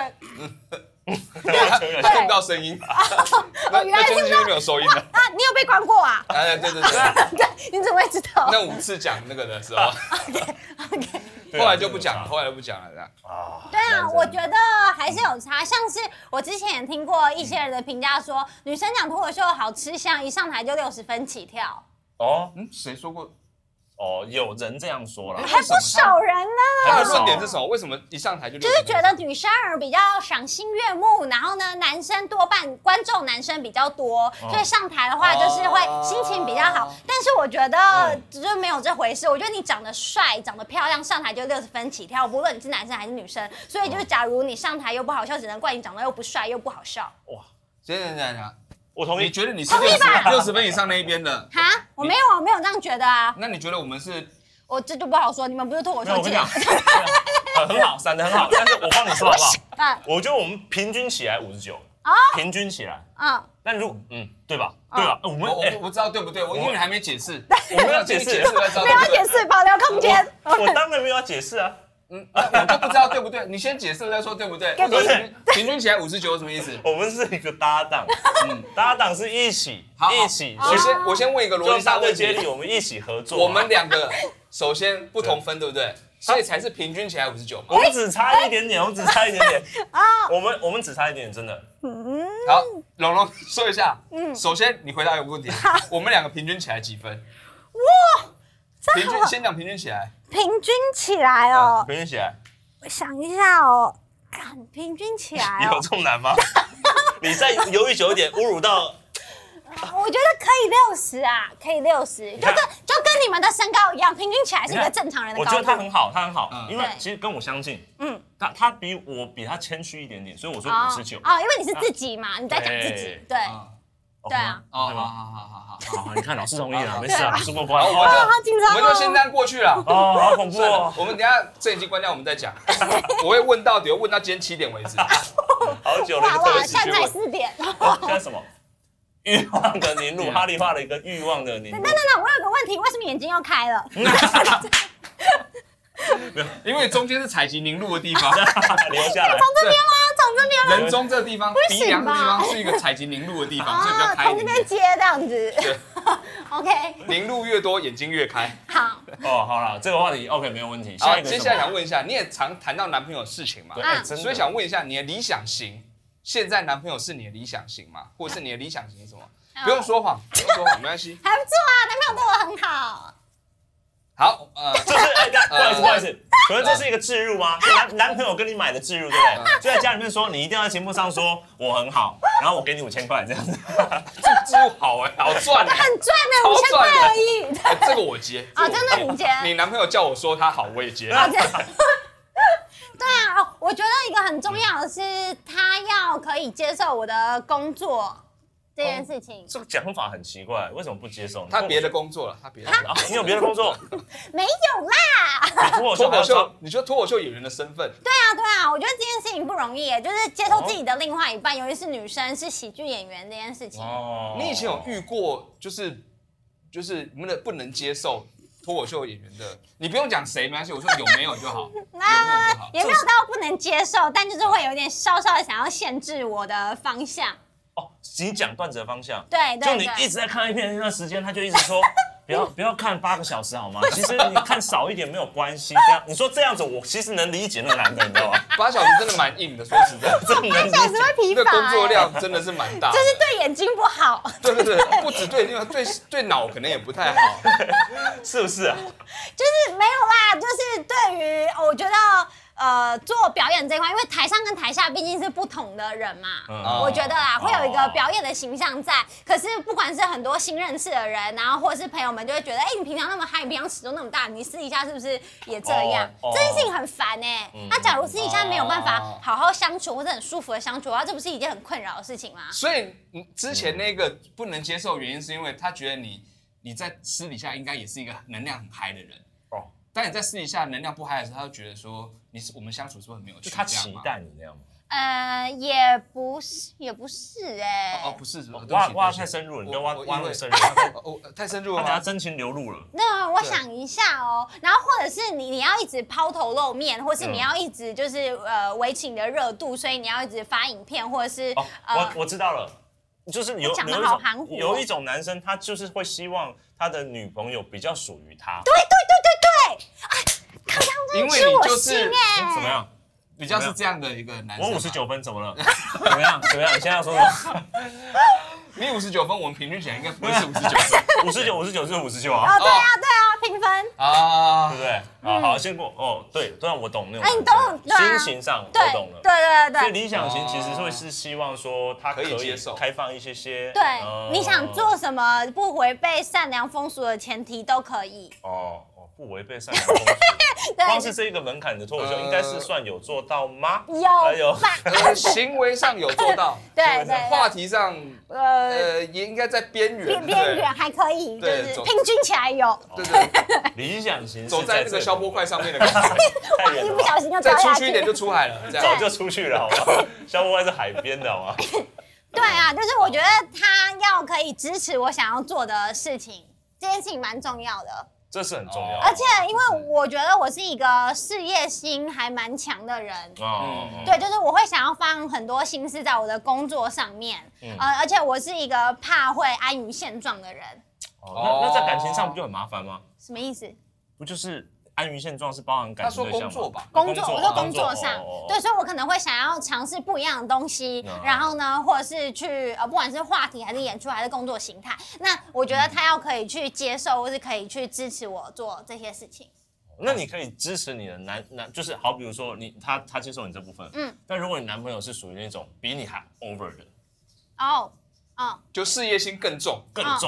听不到声音，那监视器就没有收音了。 你有被关过啊？ 对， 你怎么会知道？ 那5次讲那个的时候 ，OK， 后来就不讲了，这样。 对啊，我觉得还是有差。像是我之前也听过一些人的评价说，女生讲脱口秀好吃香，一上台就60分起跳。 谁说过？ 有人这样说了， 还不少人呢。 他的论点是什么？为什么一上台就就是觉得女生儿比较赏心悦目，然后呢，男生多半观众男生比较多，所以上台的话就是会心情比较好。但是我觉得就是没有这回事。我觉得你长得帅、长得漂亮，上台就60分起跳，不论你是男生还是女生。所以就是假如你上台又不好笑，只能怪你长得又不帅又不好笑。 哇， 行， 我同意。 你觉得你是60分以上那一边的？ 哈，我没有这样觉得啊。 那你觉得我们是？ 我这就不好说，你们不是脱口秀界。 我跟你讲，很好，闪得很好。但是我帮你说好不好？我觉得我们平均起来59，平均起来。但如对吧？对吧？ 我知道对不对？因为你还没解释， 我没有解释， 没有解释，保留空间。 我当然没有要解释啊。 我就不知道对不对，你先解释再说对不对？平均起来59是什么意思？ 我们是一个搭档，搭档是一起。 我先问一个逻辑上问题， 我们一起合作。 我们2个首先不同分，对不对？所以才是平均起来59嘛。 我们只差一点点，我们只差一点点。我们只差一点点，真的。 好，龙说一下。首先你回答一个问题，我们2个平均起来几分？ 哇！ 先讲平均起来。 平均起来哦， 平均起来， 我想一下哦，平均起来有这么难吗？你再犹豫久一点，侮辱到。 我我觉得可以60啊，可以60，就跟你们的身高一样，平均起来是一个正常人的高度。 我觉得他很好，因为其实跟我相近，他比他谦虚一点点，所以我说59。 哦，因为你是自己嘛，你在讲自己，对。对啊， 好，你看老师同意了，没事啊，老师过关。 好紧张， 我们就先这样过去了。 哦，好恐怖哦。 我们等下摄影机关掉，我们再讲。我会问到底，问到今天7点为止。 好久了， 哇，现在才4点。 现在什么？欲望的凝露，哈利画了一个欲望的凝露。 那，我有个问题，为什么眼睛又开了？ 因为中间是采集凝露的地方， 留下来。 从这边吗？从这边吗？ 人中这个地方，鼻梁这个地方是一个采集凝露的地方，所以比较开。 从这边接这样子。 对 ，OK。 凝露越多，眼睛越开。 好。 好了，这个话题 OK 没有问题。 好，接下来想问一下，你也常谈到男朋友的事情嘛？ 对， 所以想问一下，你的理想型，现在男朋友是你的理想型吗？或者是你的理想型是什么？不用说谎，没关系。 还不错啊，男朋友对我很好。 好，不好意思，可能这是一个置入吗？男朋友跟你买的置入，对不对？就在家里面说，你一定要在节目上说我很好，然后我给你5000块这样子。 这置入好好赚很赚的，5000块而已。 这个我接。 啊，真的你接？ 你男朋友叫我说他好，我也接。 对啊，我觉得一个很重要的是，他要可以接受我的工作。这件事情， 这个讲法很奇怪，为什么不接受？ 他别的工作了， 你有别的工作？ 没有啦。 脱口秀，你说脱口秀演员的身份？ 对啊，我觉得这件事情不容易，就是接受自己的另外一半，尤其是女生是喜剧演员这件事情。 你以前有遇过，就是不能接受脱口秀演员的？你不用讲谁没关系，我说有没有就好。 也没有到不能接受，但就是会有点稍稍的想要限制我的方向。 你讲段子的方向， 对， 就你一直在看A片那段时间，他就一直说不要看8个小时好吗？其实你看少一点没有关系。这样你说这样子，我其实能理解那个男的，你知道吗 ？8小时真的蛮硬的，说实在， 真的 8小时会疲乏， 这工作量真的是蛮大， 就是对眼睛不好。 对，不止对脑可能也不太好， 是不是啊？ 就是没有啦，就是对于我觉得。做表演这一块，因为台上跟台下毕竟是不同的人嘛，我觉得啦，会有一个表演的形象在。可是不管是很多新认识的人，然后或者是朋友们就会觉得，你平常那么嗨，你平常尺度那么大，你私底下是不是也这样？这件事情很烦哎。那假如私底下没有办法好好相处或者很舒服的相处的话，这不是一件很困扰的事情吗？ 所以之前那个不能接受原因是因为他觉得你在私底下应该也是一个能量很嗨的人。但你在私底下能量不嗨的时候，他就觉得说我们相处是不是很没有趣？ 就他期待你那样吗？ 也不是哎。 不是， 挖太深入了，你不要挖太深入。 太深入了， 他等下真情流露了。 那我想一下哦，然后或者是你要一直抛头露面，或是你要一直就是维持你的热度，所以你要一直发影片，或者是我知道了。就是有一种男生，他就是会希望他的女朋友比较属于他。 对，刚刚因为你就是怎么样， 比较是这样的一个男生。 我59分，怎么了？怎么样？你现在要说什么？ 你59分，我们平均起来应该不会是59分。 59是59啊。 对啊，平分啊，对不对？好，先过。对，当然我懂那种。 你懂， 心情上我懂了。 对。 所以理想型其实会是希望说他可以接受开放一些。 对，你想做什么不违背善良风俗的前提都可以。 不违背善良风俗。光是这个门槛的脱口秀，应该是算有做到吗？ 有吧？ 行为上有做到， 对， 话题上也应该在边缘， 边缘还可以，就是平均起来有。 对， 理想型走在那个消波块上面的感觉， 一不小心就再出去一点就出海了，这样早就出去了，好吗？消波块是海边的，好吗？ 对啊，就是我觉得他要可以支持我想要做的事情，这件事情蛮重要的。 这是很重要， 而且因为我觉得我是一个事业心还蛮强的人，对，就是我会想要放很多心思在我的工作上面，而且我是一个怕会安于现状的人。 那在感情上不就很麻烦吗？ 什么意思？ 不就是安于现状是包含感情对象吗？ 他说工作吧， 我说工作上，对，所以我可能会想要尝试不一样的东西，然后呢，或者是去不管是话题还是演出还是工作形态，那我觉得他要可以去接受，或是可以去支持我做这些事情。 那你可以支持你的就是好，比如说他接受你这部分，但如果你男朋友是属于那种比你还 over 的， 就事业心更重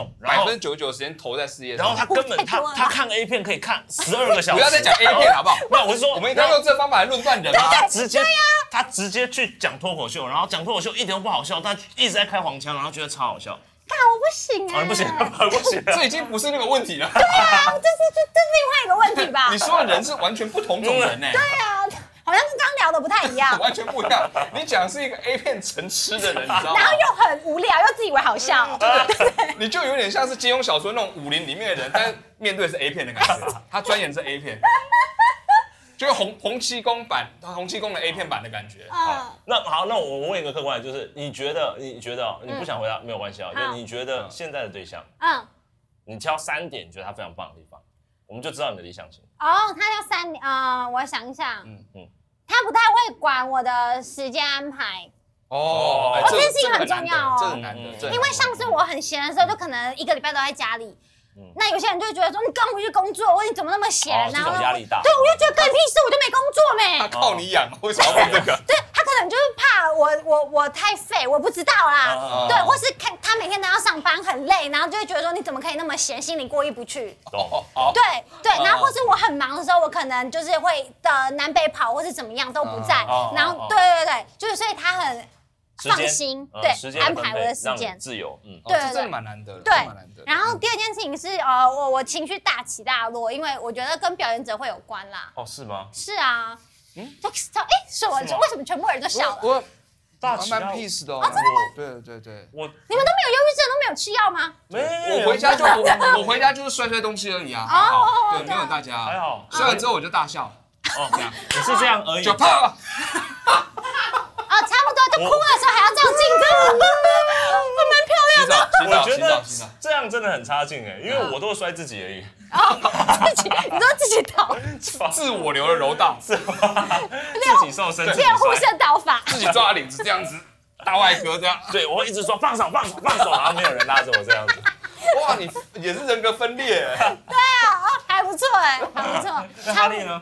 ，99%的时间投在事业上。 然后他根本他看 A 片可以看12个小时。 不要再讲 A 片好不好？ 那我是说， 我们应该用这方法来论断人吗？ 他直接去讲脱口秀，然后讲脱口秀一点都不好笑，他一直在开黄腔，然后觉得超好笑。 看我不行哎， 不行， 这已经不是那个问题了。 对啊，这是另外一个问题吧？ 你说的人是完全不同种人呢。 对啊，好像跟刚聊的不太一样。 完全不一样。你讲的是一个 A 片成痴的人，你知道吗？ 然后又很无聊，又自以为好笑。 对，你就有点像是金庸小说那种武林里面的人，但是面对是 A 片的感觉。他钻研是 A 片。就是洪七公的 A 片版的感觉。 那我问一个客观的，就是你觉得你不想回答没有关系啊，就是你觉得现在的对象，你挑3点，你觉得他非常棒的地方，我们就知道你的理想型。 他要3点，我想一想，他不太会管我的时间安排。这件事情很重要哦， 这很难的， 因为上次我很闲的时候，就可能1个礼拜都在家里。那有些人就会觉得说，你刚回去工作，你怎么那么闲？ 然后压力大。 对，我就觉得干屁事，我就没工作没。 他靠你养，为什么要问这个？ 对他可能就是怕我太废，我不知道啦。对，或是看他每天都要上班很累，然后就会觉得说你怎么可以那么闲，心里过意不去。对，然后或是我很忙的时候，我可能就是会南北跑，或是怎么样都不在。然后对，就是所以他很放心，对，安排我的时间自由， 对，这真的蛮难得的， 对。然后第2件事情是，我情绪大起大落，因为我觉得跟表演者会有关啦。 是吗？ 是啊，是我为什么全部人都笑了？ 我大起大落 peace 的哦，对， 你们都没有忧郁症，都没有吃药吗？ 没有， 我回家就是摔东西而已啊，对，没有大家， 还好， 摔完之后我就大笑， 你是这样而已， 就啪。 差不多，就哭的时候还要照镜子，蛮漂亮的。 我觉得这样真的很差劲因为我都摔自己而已。 你说自己倒， 自我流的柔道， 自己受伤， 练护身倒法， 自己抓领子这样子，大外哥这样。 对，我会一直说放手，然后没有人拉着我这样子。 哇，你也是人格分裂。 对啊，还不错还不错。 那哈利呢？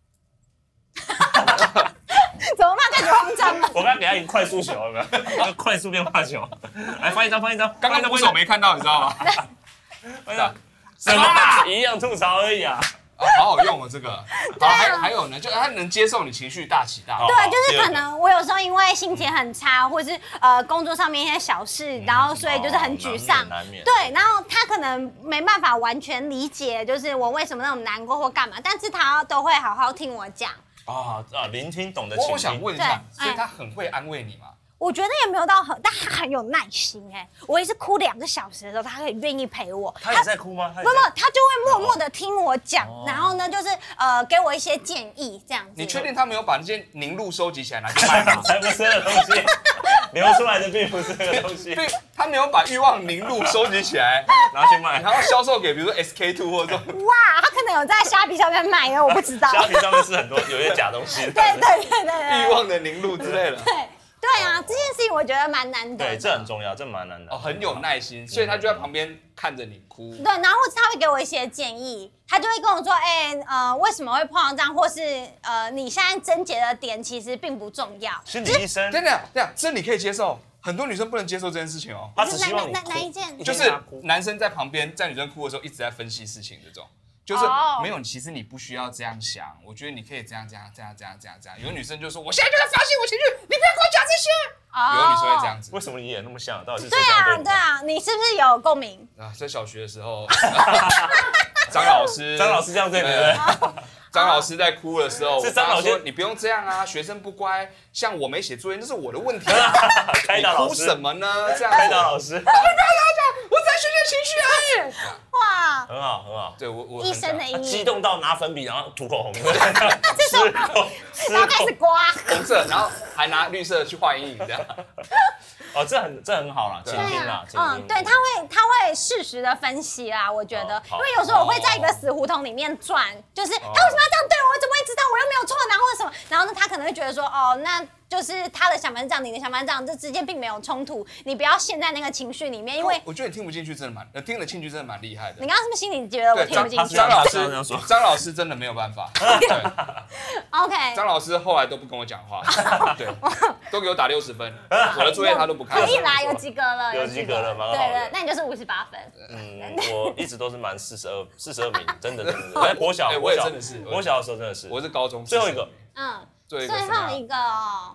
怎么办？开始慌张了。 我刚刚给他一个快速球，有没有？快速变化球。来翻一张。 刚刚鼓手没看到，你知道吗？ 什么？一样吐槽而已啊。 好好用哦，这个。还有呢，就他能接受你情绪大起大落。 对，就是可能我有时候因为心情很差，或是工作上面一些小事，然后所以就是很沮丧。 难免。 对，然后他可能没办法完全理解，就是我为什么那么难过或干嘛，但是他都会好好听我讲。 聆听，懂得倾听。 我想问一下，所以他很会安慰你吗？ 我觉得也没有到很，但他很有耐心我也是哭2个小时的时候，他很愿意陪我。 他也在哭吗？ 不，他就会默默的听我讲，然后呢，就是给我一些建议这样子。 你确定他没有把那些凝露收集起来拿去卖吗？ 才不是那个东西，流出来的并不是那个东西。 对，他没有把欲望凝露收集起来拿去卖， 然后销售给比如说 SK2 或者这种。 哇，他可能有在虾皮上面卖的，我不知道。 虾皮上面是很多有些假东西。 对。 欲望的凝露之类的。 对啊，这件事情我觉得蛮难得的。 对，这很重要，这蛮难的。 很有耐心，所以他就在旁边看着你哭。 对，然后或者他会给我一些建议，他就会跟我说，为什么会碰到这样，或是你现在症结的点其实并不重要。 心理医生， 真的，这你可以接受，很多女生不能接受这件事情哦。 他只希望你哪一件？ 就是男生在旁边，在女生哭的时候一直在分析事情这种。就是没有，其实你不需要这样想，我觉得你可以这样。有的女生就说，我现在就在发泄我情绪，你不要跟我讲这些。有的女生会这样子。 为什么你也那么像？到底是谁对啊，你是不是有共鸣？ 在小学的时候，张老师这样对不对？ 张老师在哭的时候， 是张老师说你不用这样啊，学生不乖，像我没写作业，那是我的问题。 开导老师， 你哭什么呢？这样。 开导老师， 我在宣泄情绪而已。 哇， 很好。 对我一生的阴影， 激动到拿粉笔然后涂口红， 这种，然后开始刮红色，然后还拿绿色去画阴影这样。 这很好啦，倾听啦， 对，他会适时的分析啦，我觉得，因为有时候我会在一个死胡同里面转，就是他为什么要这样对我？我怎么会知道我又没有错？然后什么？然后呢，他可能会觉得说，那就是他的想法是这样，你的想法是这样，这之间并没有冲突，你不要陷在那个情绪里面，因为我觉得你听不进去真的听得进去真的蛮厉害的。 你刚刚是不是心里觉得我听不进去？ 张老师真的没有办法。对 ，OK， 张老师后来都不跟我讲话，对，都给我打60分，我的作业他都不看。 可以啦，有及格了， 有及格了，蛮好的。 对，那你就是58分。 我一直都是满42名，真的。哎，国小我也真的是， 国小的时候真的是， 我是高中最后一个， 最后一个哦。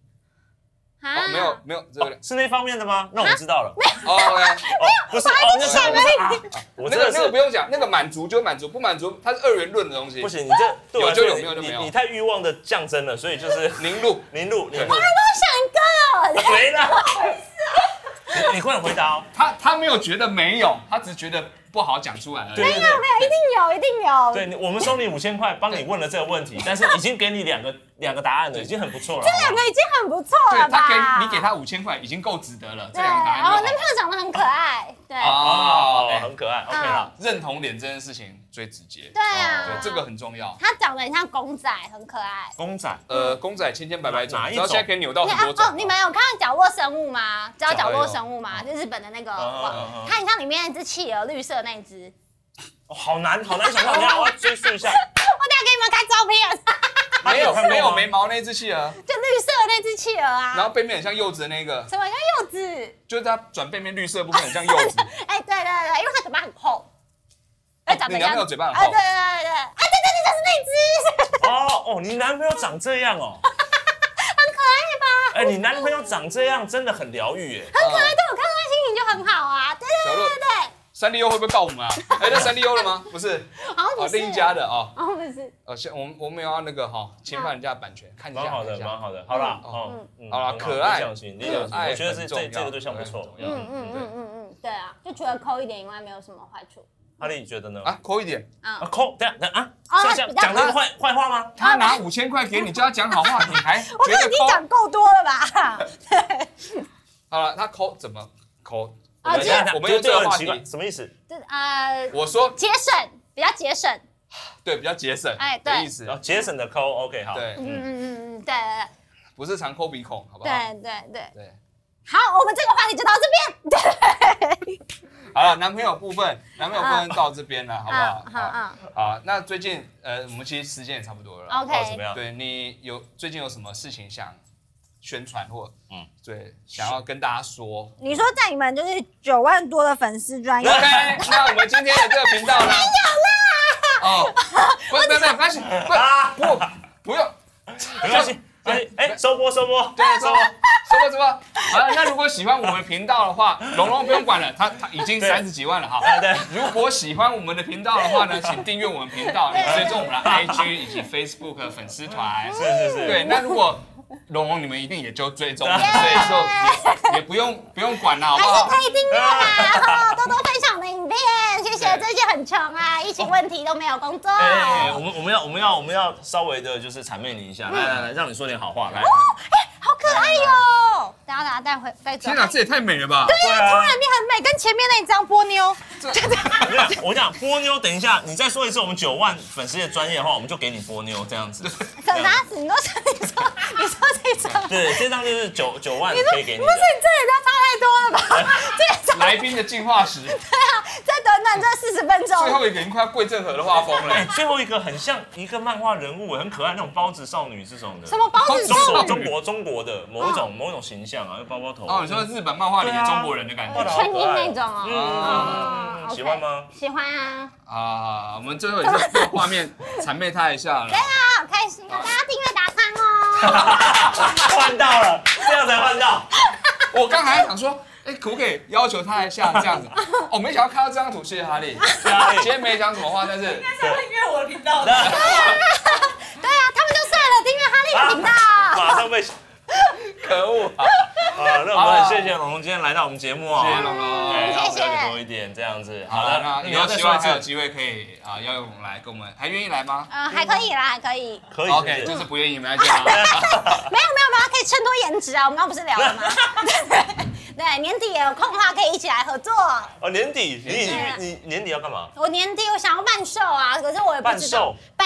没有，这个是那方面的吗？那我们知道了。不是， 那个不用讲，那个满足就满足，不满足它是二元论的东西。 不行，你这有就有，没有就没有。 你太欲望的降真了，所以就是凝露。 我还没有想一个， 没了。你快点回答哦。 他没有觉得没有，他只是觉得不好讲出来而已。 没有，一定有。 对，我们收你5000块，帮你问了这个问题，但是已经给你两个答案了，已经很不错了。 这2个已经很不错了吧？ 你给他5000块，已经够值得了。这2个答案。 然后男朋友长得很可爱，对。 很可爱。OK 了， 认同脸这件事情最直接。 对啊， 这个很重要。 他长得很像公仔，很可爱。 公仔， 公仔千百种， 哪一种？现在可以扭到很多种。 你们有看到角落生物吗？知道角落生物吗？就日本的那个，它很像里面那只企鹅，绿色那一只。 好难想象，我要追溯一下。 我等下给你们看照片。 没有眉毛那只企鹅， 就绿色的那只企鹅啊。 然后背面很像柚子的那个。 什么像柚子？ 就是它转背面绿色部分很像柚子。 哎，对，因为它嘴巴很厚。 你男朋友嘴巴很厚。 对，就是那只。 哦，你男朋友长这样哦。 很可爱吧？ 哎，你男朋友长这样真的很疗愈耶。 很可爱，对我看到他心情就很好啊。对。 三丽鸥会不会告我们啊？那三丽鸥了吗？不是， 好像不是另一家的哦。 不是。 我们有要那个侵犯人家的版权，看一下。 蛮好的。好啦， 好啦，可爱， 我觉得这个对象不错。 对啊，就除了抠一点以外，没有什么坏处。 哈利觉得呢？ 抠一点。 抠，等下讲他的坏话吗？ 他拿5000块给你，叫他讲好话，你还我刚已经讲够多了吧？对。 好了，他抠怎么抠？ 我们用这个话题什么意思？ 我说节省，比较节省。 对，比较节省。 哎，对， 意思。节省的抠 ，OK， 好。 对， 对。 不是常抠鼻孔，好不好？ 对。好，我们这个话题就到这边。对。 好了，男朋友部分到这边了，好不好？ 好，那最近我们其实时间也差不多了。 OK。 怎么样？ 对你最近有什么事情想宣传或对想要跟大家说？ 你说在你们就是9万多的粉丝专页。 OK， 那我们今天的这个频道呢？ 没有啦。 不没关系，不用， 没关系。收播， 对，收播。好了，那如果喜欢我们频道的话，龙龙不用管了，他已经30几万了哈。 对。 如果喜欢我们的频道的话呢，请订阅我们频道，也追踪我们的 IG 以及 Facebook 粉丝团。 是。 对，那如果龙龙你们一定也就追踪，所以就也不用管了，好不好？ 还是可以订阅啦，然后多多分享我的影片，谢谢。最近很穷啊，疫情问题都没有工作。 我们要稍微的就是谄媚你一下，来，让你说点好话，来。 好可爱哟！等下带走。 天哪，这也太美了吧！ 对啊，突然你很美，跟前面那张波妞。 我讲波妞，等一下你再说一次，我们9万粉丝的专业的话，我们就给你波妞这样子。 啥子？你说这张？ 对，这张就是9万可以给你。 不是，你这也差太多了吧？ 来宾的进化史。 对啊，在短短这40分钟。 最后一个已经快要桂正和的画风了。 最后一个很像一个漫画人物，很可爱那种包子少女这种的。 什么包子少女？ 中国的某种形象啊，包包头。 你说日本漫画里的中国人的感觉， 全音那种哦。 喜欢吗？ 喜欢啊。 我们最后也是这个画面谄媚他一下了。 对啊，好开心啊！大家订阅打赏哦。 换到了，这样才换到。 我刚才想说，可不可以要求他一下这样子？没想到看到这张图，谢谢哈利。今天没讲什么话，但是应该是会订阅我的频道的。 对啊，他们就算了，订阅哈利的频道。 马上被。 可恶！ 那我们很谢谢龙龙今天来到我们节目哦， 谢谢龙龙， 谢谢。 多一点这样子。 好的，那以后希望还有机会可以邀龙龙来跟我们，还愿意来吗？ 还可以啦，还可以。 可以。 OK， 就是不愿意没关系。 没有，可以衬托颜值啊！我们刚刚不是聊了吗？对，年底也有空的话可以一起来合作。 年底你年底要干嘛？ 我年底我想要办寿啊，可是我也不知道。办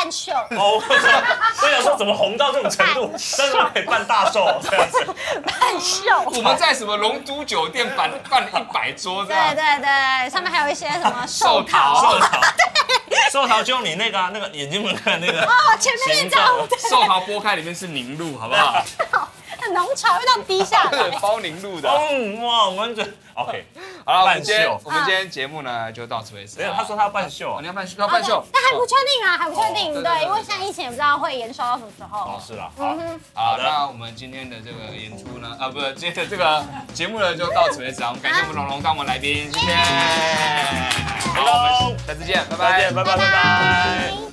办秀。 哦，我想说怎么红到这种程度，但是可以办大寿这样子。 办秀。 我们在什么龙都酒店办100桌这样。 对对对，上面还有一些什么寿桃。 寿桃就用你那个眼睛门看那个。 哦，前面那张。 寿桃剥开里面是凝露，好不好？ 很浓稠，又这样滴下来。 包凝露的。 哇，完全 OK。 好了，我们今天节目呢就到此为止。 没有，他说他要办秀， 你要办秀，要办秀， 但还不确定啊，还不确定。对，因为现在疫情也不知道会延烧到什么时候。 哦，是了。 好，那我们今天的这个演出呢，不是今天的这个节目呢就到此为止啊。我们感谢我们龙龙当我们来宾，谢谢。好，我们下次见，拜拜， 拜拜。